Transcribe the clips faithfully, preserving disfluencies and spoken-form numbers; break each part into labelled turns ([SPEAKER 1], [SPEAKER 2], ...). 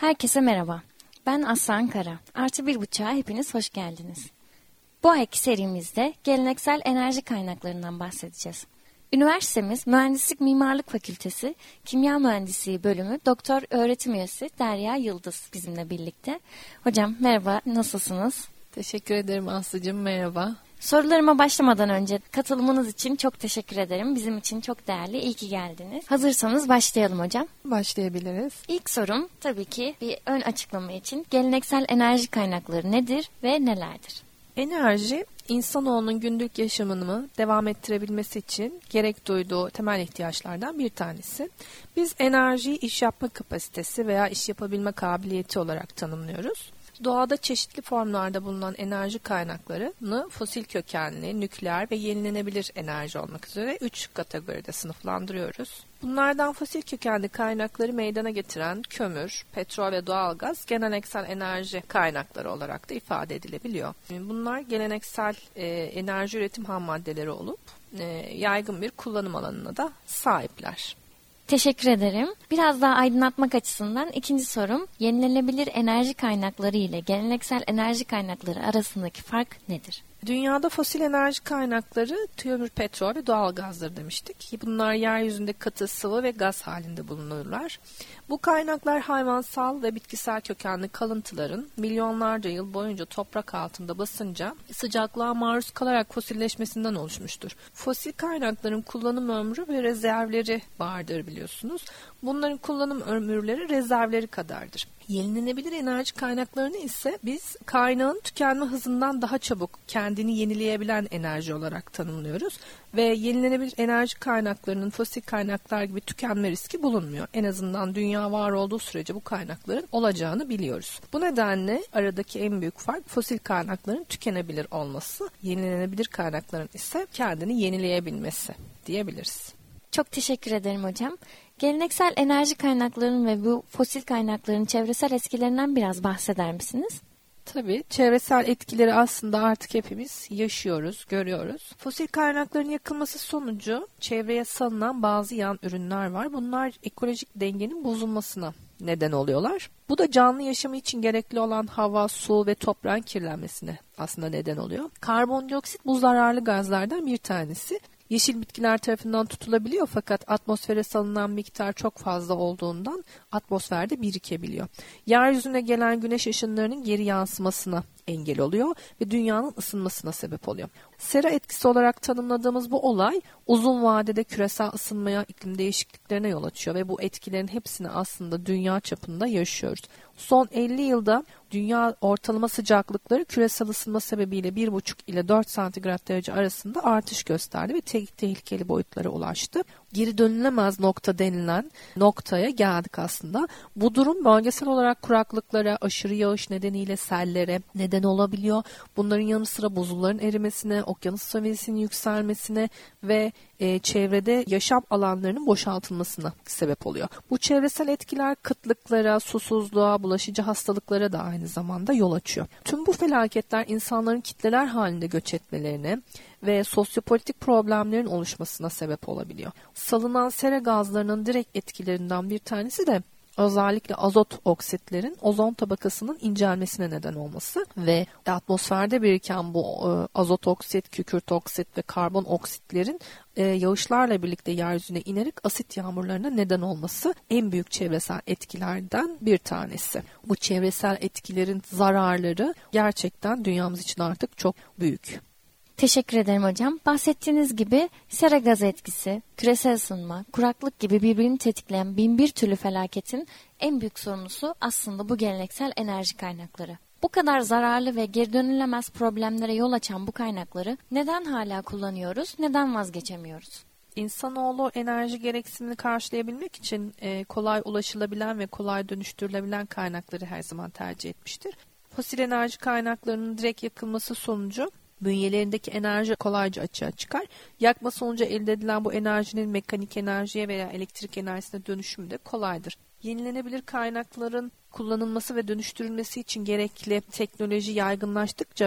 [SPEAKER 1] Herkese merhaba. Ben Aslan Kara. Artı bir buçuğa hepiniz hoş geldiniz. Bu ayki serimizde geleneksel enerji kaynaklarından bahsedeceğiz. Üniversitemiz Mühendislik Mimarlık Fakültesi Kimya Mühendisliği Bölümü Doktor Öğretim Üyesi Derya Yıldız bizimle birlikte. Hocam merhaba, nasılsınız?
[SPEAKER 2] Teşekkür ederim Aslı'cığım, merhaba.
[SPEAKER 1] Sorularıma başlamadan önce katılımınız için çok teşekkür ederim. Bizim için çok değerli, iyi ki geldiniz. Hazırsanız başlayalım hocam.
[SPEAKER 2] Başlayabiliriz.
[SPEAKER 1] İlk sorum tabii ki bir ön açıklama için geleneksel enerji kaynakları nedir ve nelerdir?
[SPEAKER 2] Enerji, insanoğlunun günlük yaşamını devam ettirebilmesi için gerek duyduğu temel ihtiyaçlardan bir tanesi. Biz enerjiyi iş yapma kapasitesi veya iş yapabilme kabiliyeti olarak tanımlıyoruz. Doğada çeşitli formlarda bulunan enerji kaynaklarını fosil kökenli, nükleer ve yenilenebilir enerji olmak üzere üç kategoride sınıflandırıyoruz. Bunlardan fosil kökenli kaynakları meydana getiren kömür, petrol ve doğalgaz geleneksel enerji kaynakları olarak da ifade edilebiliyor. Bunlar geleneksel e, enerji üretim hammaddeleri olup e, yaygın bir kullanım alanına da sahipler.
[SPEAKER 1] Teşekkür ederim. Biraz daha aydınlatmak açısından ikinci sorum, yenilenebilir enerji kaynakları ile geleneksel enerji kaynakları arasındaki fark nedir?
[SPEAKER 2] Dünyada fosil enerji kaynakları kömür, petrol ve doğalgazdır demiştik. Bunlar yeryüzünde katı, sıvı ve gaz halinde bulunurlar. Bu kaynaklar hayvansal ve bitkisel kökenli kalıntıların milyonlarca yıl boyunca toprak altında basınca sıcaklığa maruz kalarak fosilleşmesinden oluşmuştur. Fosil kaynakların kullanım ömrü ve rezervleri vardır biliyorsunuz. Bunların kullanım ömürleri rezervleri kadardır. Yenilenebilir enerji kaynaklarını ise biz kaynağın tükenme hızından daha çabuk kendini yenileyebilen enerji olarak tanımlıyoruz. Ve yenilenebilir enerji kaynaklarının fosil kaynaklar gibi tükenme riski bulunmuyor. En azından dünya var olduğu sürece bu kaynakların olacağını biliyoruz. Bu nedenle aradaki en büyük fark fosil kaynakların tükenebilir olması, yenilenebilir kaynakların ise kendini yenileyebilmesi diyebiliriz.
[SPEAKER 1] Çok teşekkür ederim hocam. Geleneksel enerji kaynaklarının ve bu fosil kaynakların çevresel etkilerinden biraz bahseder misiniz?
[SPEAKER 2] Tabii, çevresel etkileri aslında artık hepimiz yaşıyoruz, görüyoruz. Fosil kaynakların yakılması sonucu çevreye salınan bazı yan ürünler var. Bunlar ekolojik dengenin bozulmasına neden oluyorlar. Bu da canlı yaşamı için gerekli olan hava, su ve toprağın kirlenmesine aslında neden oluyor. Karbondioksit bu zararlı gazlardan bir tanesi. Yeşil bitkiler tarafından tutulabiliyor fakat atmosfere salınan miktar çok fazla olduğundan atmosferde birikebiliyor. Yeryüzüne gelen güneş ışınlarının geri yansımasına engel oluyor ve dünyanın ısınmasına sebep oluyor. Sera etkisi olarak tanımladığımız bu olay uzun vadede küresel ısınmaya, iklim değişikliklerine yol açıyor ve bu etkilerin hepsini aslında dünya çapında yaşıyoruz. Son elli yılda dünya ortalama sıcaklıkları küresel ısınma sebebiyle bir buçuk ile dört santigrat derece arasında artış gösterdi ve te- tehlikeli boyutlara ulaştı. Geri dönülemez nokta denilen noktaya geldik aslında. Bu durum bölgesel olarak kuraklıklara, aşırı yağış nedeniyle sellere neden olabiliyor. Bunların yanı sıra buzulların erimesine, okyanus seviyesinin yükselmesine ve e, çevrede yaşam alanlarının boşaltılmasına sebep oluyor. Bu çevresel etkiler kıtlıklara, susuzluğa, bulaşıcı hastalıklara da aynı zamanda yol açıyor. Tüm bu felaketler insanların kitleler halinde göç etmelerine ve sosyopolitik problemlerin oluşmasına sebep olabiliyor. Salınan sera gazlarının direkt etkilerinden bir tanesi de özellikle azot oksitlerin ozon tabakasının incelmesine neden olması ve atmosferde biriken bu e, azot oksit, kükürt oksit ve karbon oksitlerin e, yağışlarla birlikte yeryüzüne inerek asit yağmurlarına neden olması en büyük çevresel etkilerden bir tanesi. Bu çevresel etkilerin zararları gerçekten dünyamız için artık çok büyük.
[SPEAKER 1] Teşekkür ederim hocam. Bahsettiğiniz gibi sera gazı etkisi, küresel ısınma, kuraklık gibi birbirini tetikleyen bin bir türlü felaketin en büyük sorumlusu aslında bu geleneksel enerji kaynakları. Bu kadar zararlı ve geri dönülemez problemlere yol açan bu kaynakları neden hala kullanıyoruz, neden vazgeçemiyoruz?
[SPEAKER 2] İnsanoğlu enerji gereksinimini karşılayabilmek için e, kolay ulaşılabilen ve kolay dönüştürülebilen kaynakları her zaman tercih etmiştir. Fosil enerji kaynaklarının direkt yakılması sonucu bünyelerindeki enerji kolayca açığa çıkar. Yakma sonucu elde edilen bu enerjinin mekanik enerjiye veya elektrik enerjisine dönüşümü de kolaydır. Yenilenebilir kaynakların kullanılması ve dönüştürülmesi için gerekli teknoloji yaygınlaştıkça ve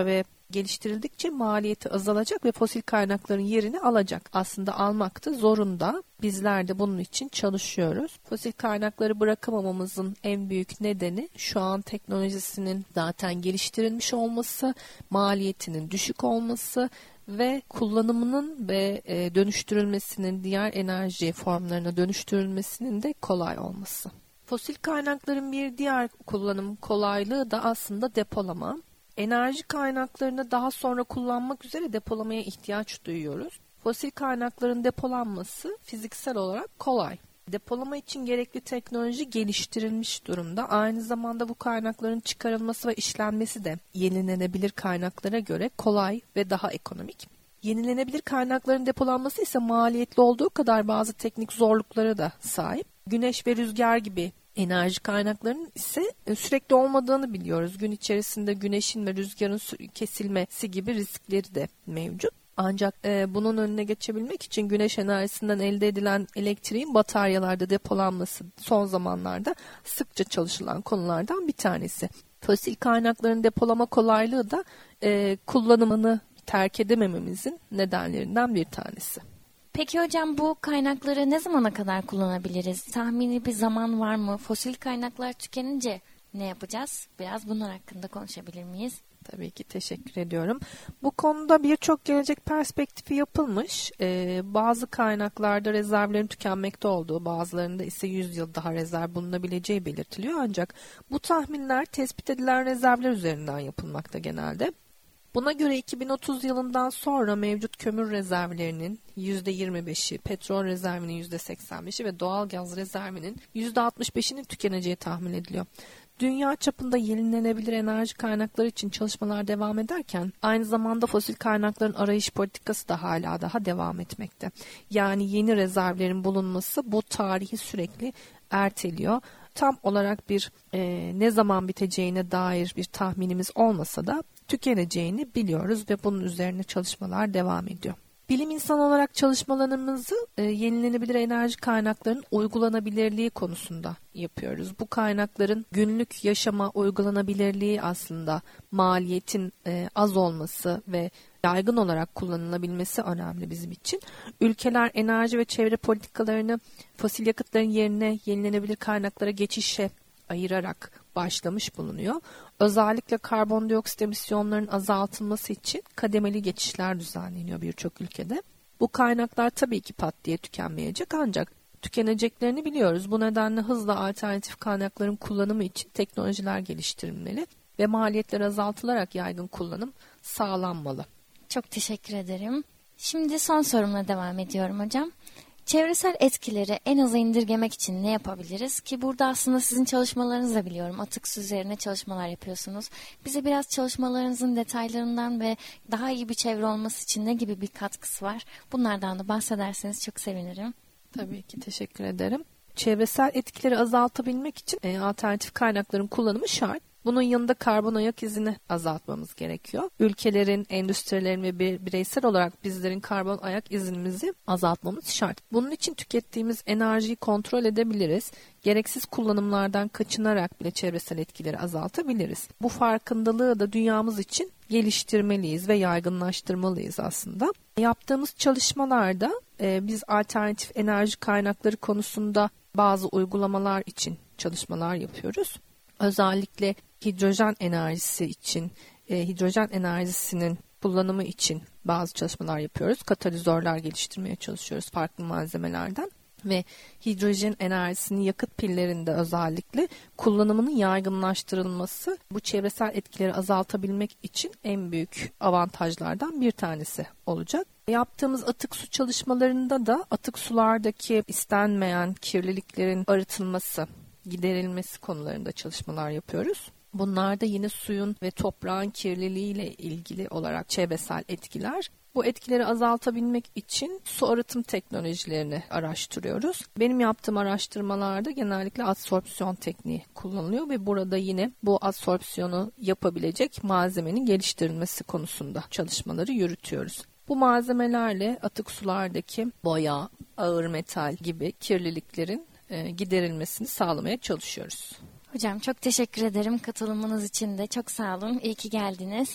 [SPEAKER 2] geliştirildikçe maliyeti azalacak ve fosil kaynakların yerini alacak. Aslında almak da zorunda. Bizler de bunun için çalışıyoruz. Fosil kaynakları bırakamamamızın en büyük nedeni şu an teknolojisinin zaten geliştirilmiş olması, maliyetinin düşük olması ve kullanımının ve dönüştürülmesinin, diğer enerji formlarına dönüştürülmesinin de kolay olması. Fosil kaynakların bir diğer kullanım kolaylığı da aslında depolama. Enerji kaynaklarını daha sonra kullanmak üzere depolamaya ihtiyaç duyuyoruz. Fosil kaynakların depolanması fiziksel olarak kolay. Depolama için gerekli teknoloji geliştirilmiş durumda. Aynı zamanda bu kaynakların çıkarılması ve işlenmesi de yenilenebilir kaynaklara göre kolay ve daha ekonomik. Yenilenebilir kaynakların depolanması ise maliyetli olduğu kadar bazı teknik zorluklara da sahip. Güneş ve rüzgar gibi enerji kaynaklarının ise sürekli olmadığını biliyoruz. Gün içerisinde güneşin ve rüzgarın kesilmesi gibi riskleri de mevcut. Ancak e, bunun önüne geçebilmek için güneş enerjisinden elde edilen elektriğin bataryalarda depolanması son zamanlarda sıkça çalışılan konulardan bir tanesi. Fosil kaynakların depolama kolaylığı da e, kullanımını terk edemememizin nedenlerinden bir tanesi.
[SPEAKER 1] Peki hocam, bu kaynakları ne zamana kadar kullanabiliriz? Tahmini bir zaman var mı? Fosil kaynaklar tükenince ne yapacağız? Biraz bunlar hakkında konuşabilir miyiz?
[SPEAKER 2] Tabii ki, teşekkür ediyorum. Bu konuda birçok gelecek perspektifi yapılmış. Ee, bazı kaynaklarda rezervlerin tükenmekte olduğu, bazılarında ise yüz yıl daha rezerv bulunabileceği belirtiliyor. Ancak bu tahminler tespit edilen rezervler üzerinden yapılmakta genelde. Buna göre iki bin otuz yılından sonra mevcut kömür rezervlerinin yüzde yirmi beşi, petrol rezervinin yüzde seksen beşi ve doğal gaz rezervinin yüzde altmış beşinin tükeneceği tahmin ediliyor. Dünya çapında yenilenebilir enerji kaynakları için çalışmalar devam ederken aynı zamanda fosil kaynakların arayış politikası da hala daha devam etmekte. Yani yeni rezervlerin bulunması bu tarihi sürekli erteliyor. Tam olarak bir e, ne zaman biteceğine dair bir tahminimiz olmasa da tükeneceğini biliyoruz ve bunun üzerine çalışmalar devam ediyor. Bilim insanı olarak çalışmalarımızı e, yenilenebilir enerji kaynaklarının uygulanabilirliği konusunda yapıyoruz. Bu kaynakların günlük yaşama uygulanabilirliği aslında maliyetin e, az olması ve yaygın olarak kullanılabilmesi önemli bizim için. Ülkeler enerji ve çevre politikalarını fosil yakıtların yerine yenilenebilir kaynaklara geçişe ayırarak başlamış bulunuyor. Özellikle karbondioksit emisyonlarının azaltılması için kademeli geçişler düzenleniyor birçok ülkede. Bu kaynaklar tabii ki pat diye tükenmeyecek, ancak tükeneceklerini biliyoruz. Bu nedenle hızla alternatif kaynakların kullanımı için teknolojiler geliştirilmeli ve maliyetler azaltılarak yaygın kullanım sağlanmalı.
[SPEAKER 1] Çok teşekkür ederim. Şimdi son sorumla devam ediyorum hocam. Çevresel etkileri en aza indirgemek için ne yapabiliriz? Ki burada aslında sizin çalışmalarınızı da biliyorum. Atık su üzerine çalışmalar yapıyorsunuz. Bize biraz çalışmalarınızın detaylarından ve daha iyi bir çevre olması için ne gibi bir katkısı var? Bunlardan da bahsederseniz çok sevinirim.
[SPEAKER 2] Tabii ki, teşekkür ederim. Çevresel etkileri azaltabilmek için e, alternatif kaynakların kullanımı şart. Bunun yanında karbon ayak izini azaltmamız gerekiyor. Ülkelerin, endüstrilerin ve bireysel olarak bizlerin karbon ayak iznimizi azaltmamız şart. Bunun için tükettiğimiz enerjiyi kontrol edebiliriz. Gereksiz kullanımlardan kaçınarak bile çevresel etkileri azaltabiliriz. Bu farkındalığı da dünyamız için geliştirmeliyiz ve yaygınlaştırmalıyız aslında. Yaptığımız çalışmalarda e, biz alternatif enerji kaynakları konusunda bazı uygulamalar için çalışmalar yapıyoruz. Özellikle hidrojen enerjisi için, e, hidrojen enerjisinin kullanımı için bazı çalışmalar yapıyoruz. Katalizörler geliştirmeye çalışıyoruz farklı malzemelerden ve hidrojen enerjisinin yakıt pillerinde özellikle kullanımının yaygınlaştırılması bu çevresel etkileri azaltabilmek için en büyük avantajlardan bir tanesi olacak. Yaptığımız atık su çalışmalarında da atık sulardaki istenmeyen kirliliklerin arıtılması, giderilmesi konularında çalışmalar yapıyoruz. Bunlar da yine suyun ve toprağın kirliliğiyle ilgili olarak çevresel etkiler. Bu etkileri azaltabilmek için su arıtım teknolojilerini araştırıyoruz. Benim yaptığım araştırmalarda genellikle adsorpsiyon tekniği kullanılıyor ve burada yine bu adsorpsiyonu yapabilecek malzemenin geliştirilmesi konusunda çalışmaları yürütüyoruz. Bu malzemelerle atık sulardaki boya, ağır metal gibi kirliliklerin giderilmesini sağlamaya çalışıyoruz.
[SPEAKER 1] Hocam çok teşekkür ederim katılımınız için de. Çok sağ olun. İyi ki geldiniz.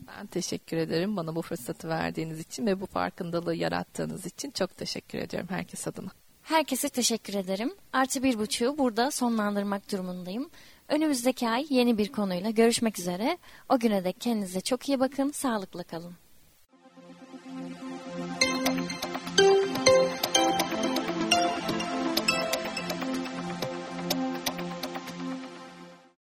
[SPEAKER 2] Ben teşekkür ederim bana bu fırsatı verdiğiniz için ve bu farkındalığı yarattığınız için çok teşekkür ediyorum herkes adına.
[SPEAKER 1] Herkese teşekkür ederim. Artı bir buçuğu burada sonlandırmak durumundayım. Önümüzdeki ay yeni bir konuyla görüşmek üzere. O güne dek kendinize çok iyi bakın, sağlıkla kalın.